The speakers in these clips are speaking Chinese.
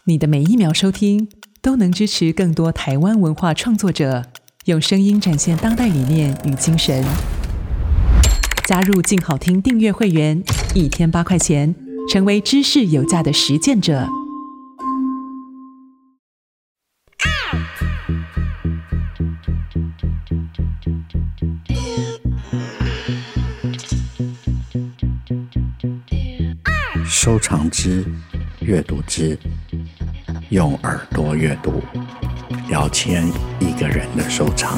你的每一秒收听都能支持更多台湾文化创作者，用声音展现当代理念与精神。加入静好听订阅会员，1天8块钱，成为知识有价的实践者。 收藏之，阅读之，用耳朵阅读，姚谦一个人的收藏。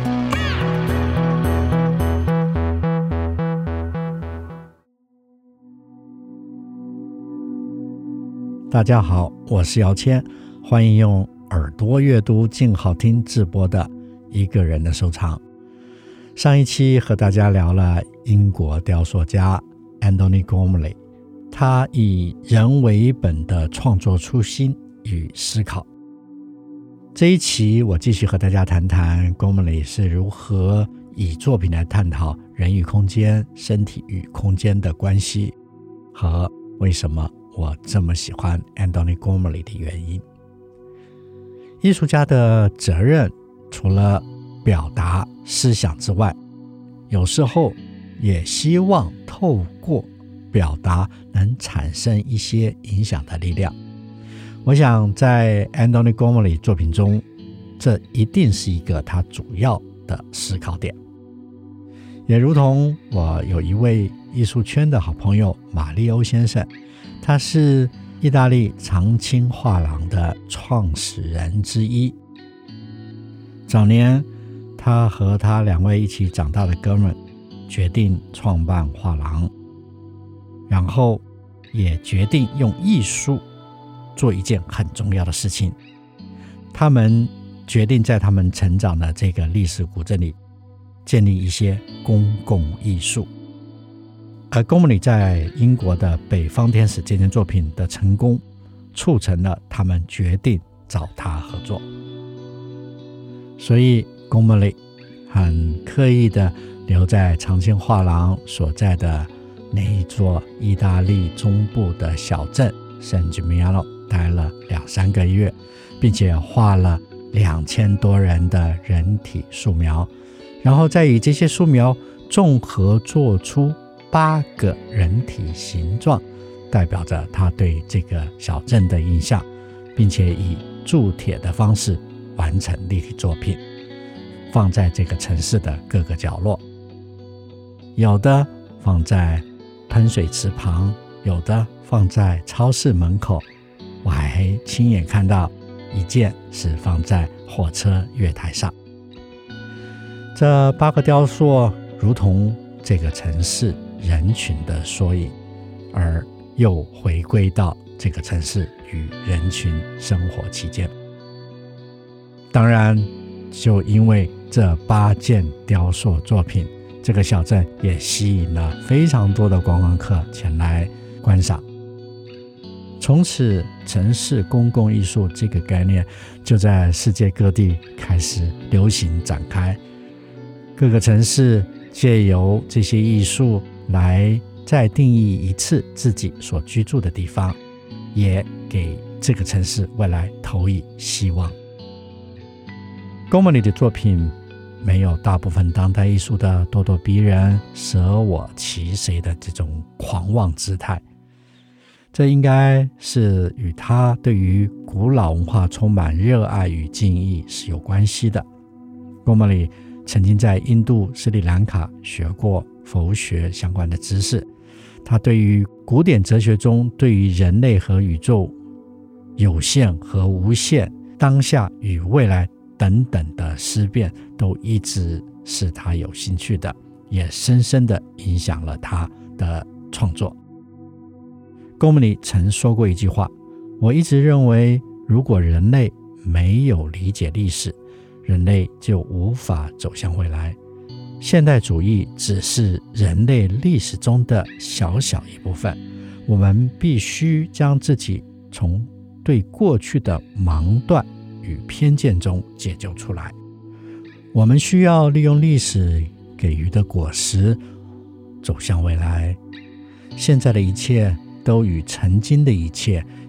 大家好，我是姚谦，欢迎用耳朵阅读静好听直播的一个人的收藏。上一期和大家聊了英国雕塑家 Antony Gormley，他以人为本的创作初心与思考。这一期我继续和大家谈谈 Gormley 是如何以作品来探讨人与空间、身体与空间的关系，和为什么我这么喜欢 Antony Gormley 的原因。艺术家的责任除了表达思想之外，有时候也希望透过表达能产生一些影响的力量。我想在 Antony Gormley 作品中，这一定是一个他主要的思考点。也如同我有一位艺术圈的好朋友马利欧先生，他是意大利长青画廊的创始人之一。早年他和他2位一起长大的哥们决定创办画廊，然后也决定用艺术做一件很重要的事情。他们决定在他们成长的这个历史古镇里建立一些公共艺术。而Gormley在英国的北方天使这件作品的成功，促成了他们决定找他合作。所以Gormley很刻意的留在长青画廊所在的那一座意大利中部的小镇圣吉米亚诺待了2-3个月，并且画了2000多人的人体素描，然后再以这些素描综合做出8个人体形状，代表着他对这个小镇的印象，并且以铸铁的方式完成立体作品，放在这个城市的各个角落，有的放在喷水池旁，有的放在超市门口，我还亲眼看到一件是放在火车月台上。这8个雕塑如同这个城市人群的缩影，而又回归到这个城市与人群生活期间。当然就因为这8件雕塑作品，这个小镇也吸引了非常多的观光客前来观赏。从此城市公共艺术这个概念就在世界各地开始流行展开，各个城市借由这些艺术来再定义一次自己所居住的地方，也给这个城市未来投以希望。Gormley的作品没有大部分当代艺术的咄咄逼人、舍我其谁的这种狂妄姿态，这应该是与他对于古老文化充满热爱与敬意是有关系的。Gormley曾经在印度、斯里兰卡学过佛学相关的知识，他对于古典哲学中对于人类和宇宙有限和无限、当下与未来等等的思辨都一直是他有兴趣的，也深深地影响了他的创作。Gormley曾说过一句话，我一直认为如果人类没有理解历史，人类就无法走向未来。现代主义只是人类历史中的小小一部分，我们必须将自己从对过去的盲断与偏见中解救出来。我们需要利用历史给予的果实走向未来。现在的一切都与曾经的一切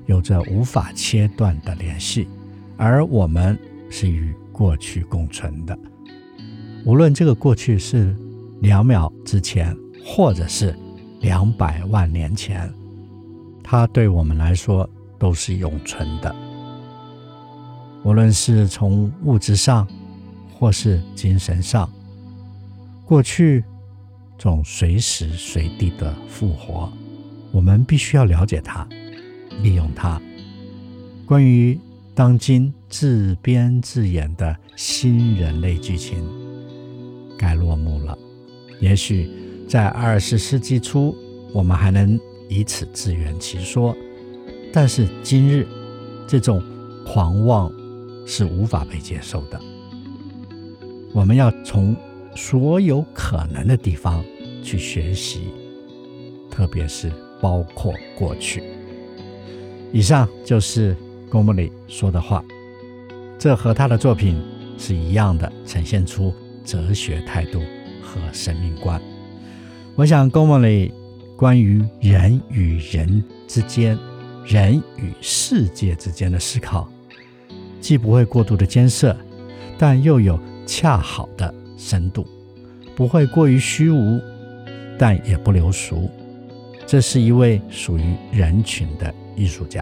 有着无法切断的联系，而我们是与过去共存的。无论这个过去是2秒之前，或者是200万年前，它对我们来说都是永存的。无论是从物质上或是精神上，过去总随时随地的复活，我们必须要了解它，利用它。关于当今自编自演的新人类剧情该落幕了。也许在20世纪初，我们还能以此自圆其说，但是今日这种狂妄是无法被接受的。我们要从所有可能的地方去学习，特别是包括过去。以上就是宫本理说的话，这和他的作品是一样的，呈现出哲学态度和生命观。我想宫本理关于人与人之间、人与世界之间的思考，既不会过度的艰涩，但又有恰好的深度，不会过于虚无，但也不流俗。这是一位属于人群的艺术家。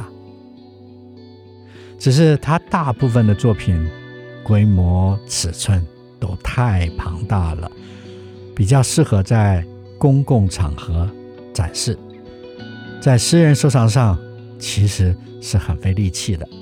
只是他大部分的作品规模尺寸都太庞大了，比较适合在公共场合展示，在私人收藏上其实是很费力气的。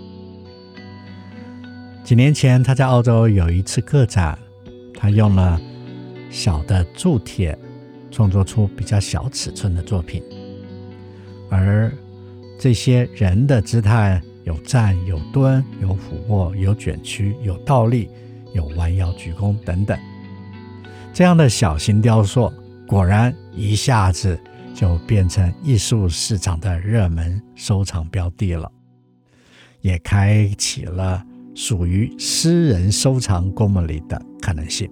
几年前他在澳洲有一次个展，他用了小的铸铁创作出比较小尺寸的作品，而这些人的姿态有站有蹲有俯卧有卷曲有倒立有弯腰鞠躬等等，这样的小型雕塑果然一下子就变成艺术市场的热门收藏标的了，也开启了属于私人收藏宫本理的可能性。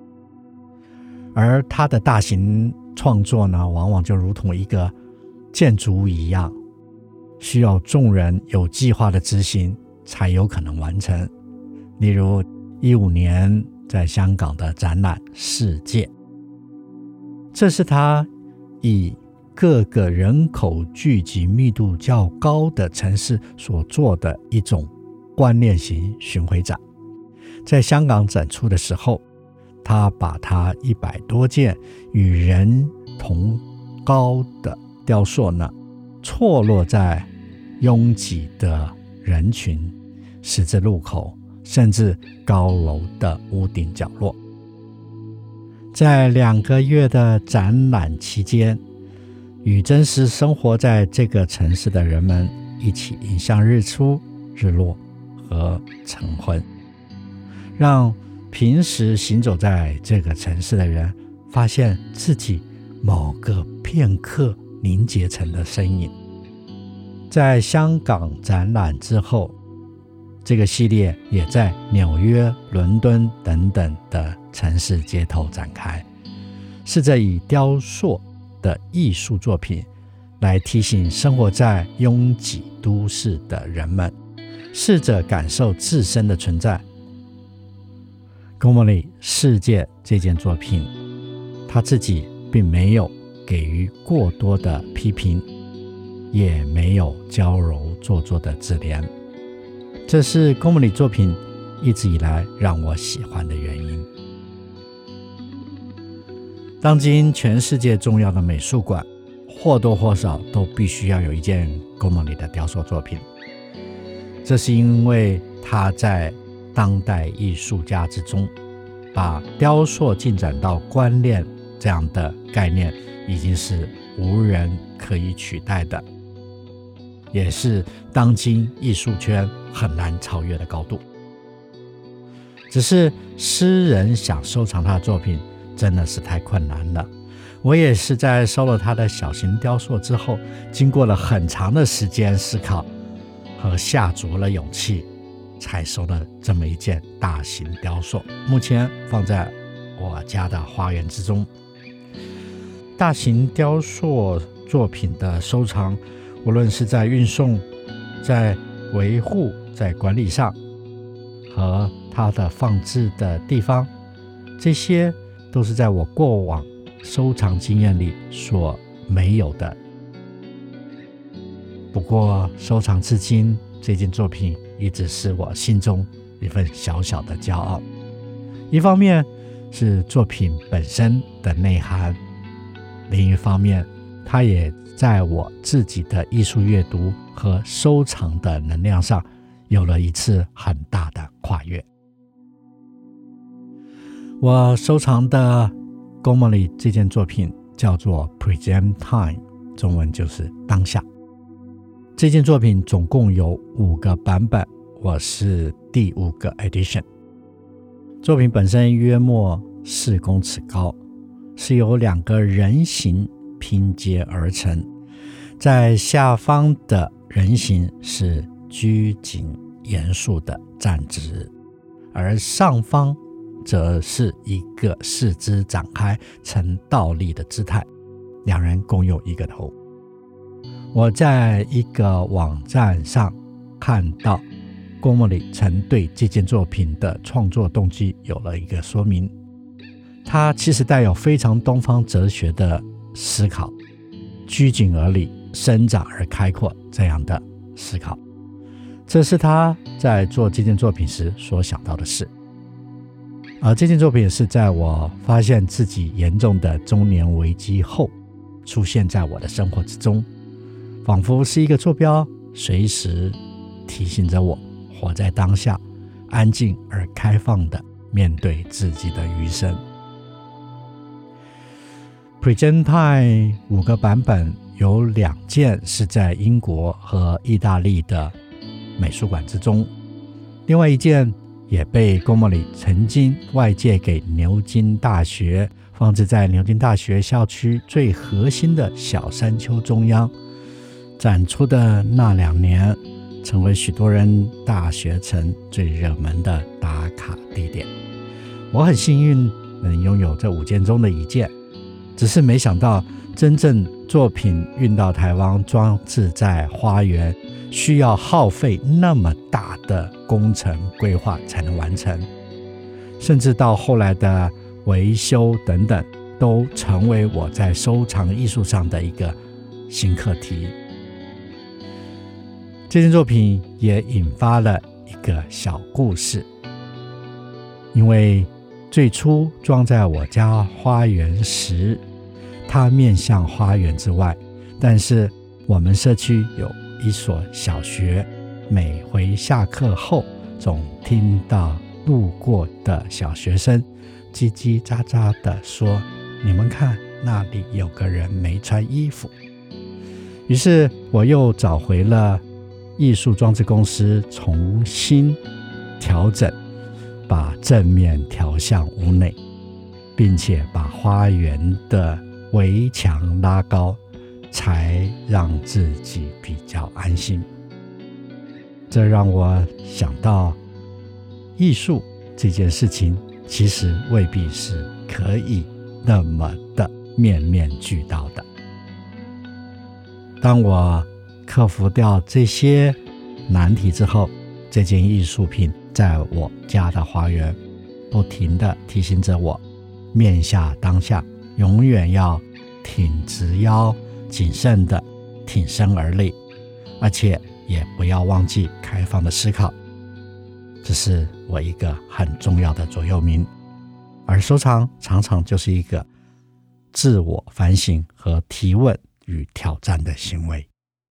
而他的大型创作呢，往往就如同一个建筑物一样，需要众人有计划的执行才有可能完成。例如2015年在香港的展览世界，这是他以各个人口聚集密度较高的城市所做的一种观念型巡回展。在香港展出的时候，他把他100多件与人同高的雕塑呢，错落在拥挤的人群、十字路口，甚至高楼的屋顶角落。在2个月的展览期间，与真实生活在这个城市的人们一起迎向日出、日落和晨昏，让平时行走在这个城市的人发现自己某个片刻凝结成的身影。在香港展览之后，这个系列也在纽约、伦敦等等的城市街头展开，试着以雕塑的艺术作品来提醒生活在拥挤都市的人们，试着感受自身的存在。宫本理世界这件作品，他自己并没有给予过多的批评，也没有娇柔做作的自怜，这是宫本理作品一直以来让我喜欢的原因。当今全世界重要的美术馆或多或少都必须要有一件宫本理的雕塑作品，这是因为他在当代艺术家之中把雕塑进展到观念这样的概念已经是无人可以取代的，也是当今艺术圈很难超越的高度。只是私人想收藏他的作品真的是太困难了。我也是在收了他的小型雕塑之后，经过了很长的时间思考和下足了勇气，才收了这么一件大型雕塑，目前放在我家的花园之中。大型雕塑作品的收藏，无论是在运送、 在维护、在管理上和它的放置的地方，这些都是在我过往收藏经验里所没有的。不过收藏至今，这件作品一直是我心中一份小小的骄傲。一方面是作品本身的内涵，另一方面它也在我自己的艺术阅读和收藏的能量上有了一次很大的跨越。我收藏的 Gormley 这件作品叫做 Present Time， 中文就是当下。这件作品总共有5个版本，我是第5个 edition。 作品本身约莫4公尺高，是由2个人形拼接而成。在下方的人形是拘谨严肃的站直，而上方则是一个四肢展开呈倒立的姿态，2人共用1个头。我在一个网站上看到Gormley曾对这件作品的创作动机有了一个说明，它其实带有非常东方哲学的思考，拘谨而立，伸展而开阔这样的思考，这是他在做这件作品时所想到的事。而这件作品也是在我发现自己严重的中年危机后出现在我的生活之中，仿佛是一个坐标，随时提醒着我活在当下，安静而开放地面对自己的余生。Present Time 5个版本有2件是在英国和意大利的美术馆之中，另外1件也被Gormley曾经外借给牛津大学，放置在牛津大学校区最核心的小山丘中央。展出的那2年，成为许多人大学城最热门的打卡地点。我很幸运能拥有这5件中的1件，只是没想到真正作品运到台湾装置在花园，需要耗费那么大的工程规划才能完成，甚至到后来的维修等等，都成为我在收藏艺术上的一个新课题。这件作品也引发了一个小故事，因为最初装在我家花园时，它面向花园之外，但是我们社区有一所小学，每回下课后总听到路过的小学生叽叽喳喳地说，你们看那里有个人没穿衣服。于是我又找回了艺术装置公司，重新调整，把正面调向屋内，并且把花园的围墙拉高，才让自己比较安心。这让我想到，艺术这件事情其实未必是可以那么的面面俱到的。当我克服掉这些难题之后，这件艺术品在我家的花园不停地提醒着我，面下当下，永远要挺直腰，谨慎地挺身而立，而且也不要忘记开放的思考。这是我一个很重要的座右铭。而收藏常常就是一个自我反省和提问与挑战的行为。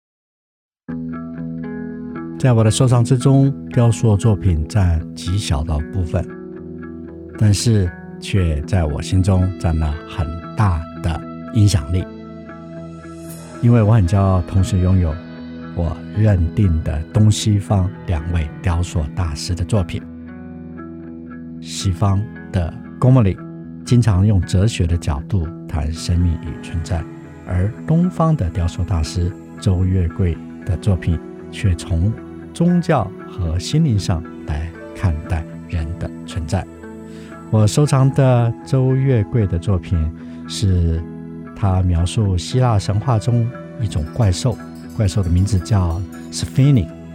在我的收藏之中，雕塑作品占极小的部分，但是却在我心中占了很大的影响力。因为我很骄傲，同时拥有我认定的东西方2位雕塑大师的作品。西方的 Gormley 经常用哲学的角度谈生命与存在，而东方的雕塑大师周月贵的作品却从宗教和心灵上来看待人的存在。我收藏的周月贵的作品是他描述希腊神话中一种怪兽，怪兽的名字叫 Sphinx，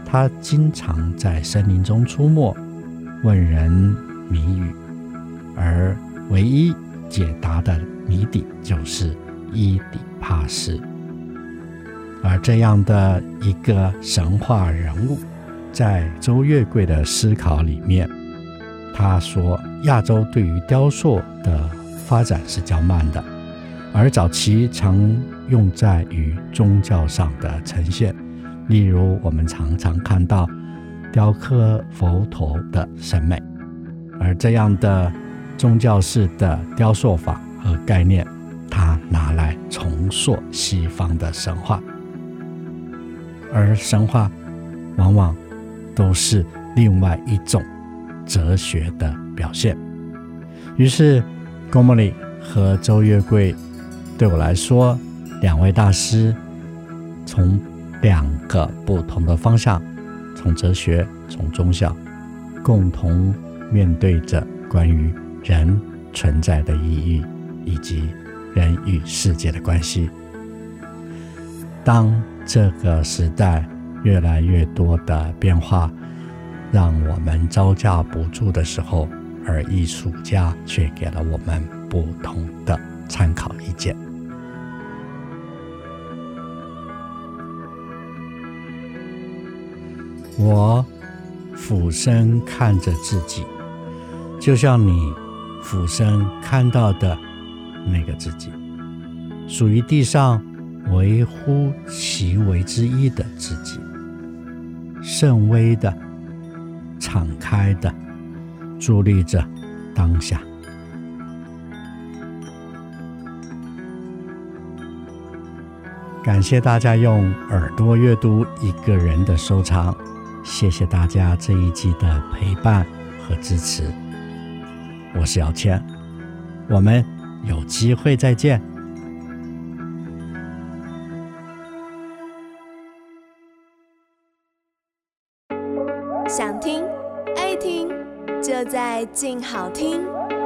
他经常在森林中出没，问人谜语，而唯一解答的谜底就是伊底帕斯。而这样的一个神话人物，在周月贵的思考里面，他说亚洲对于雕塑的发展是较慢的，而早期常用在于宗教上的呈现，例如我们常常看到雕刻佛头的审美，而这样的宗教式的雕塑法和概念，它拿来重塑西方的神话，而神话往往都是另外一种哲学的表现。于是郭沫里和周月贵对我来说，两位大师从两个不同的方向，从哲学，从宗教，共同面对着关于人存在的意义，以及人与世界的关系。当这个时代越来越多的变化让我们招架不住的时候，而艺术家却给了我们不同的参考意见。我俯身看着自己，就像你俯身看到的那个自己，属于地上微乎其微之一的自己，甚微的，敞开的，伫立着当下。感谢大家用耳朵阅读一个人的收藏，谢谢大家这一季的陪伴和支持。我是姚谦，我们有机会再见。 想听爱听，就在静好听。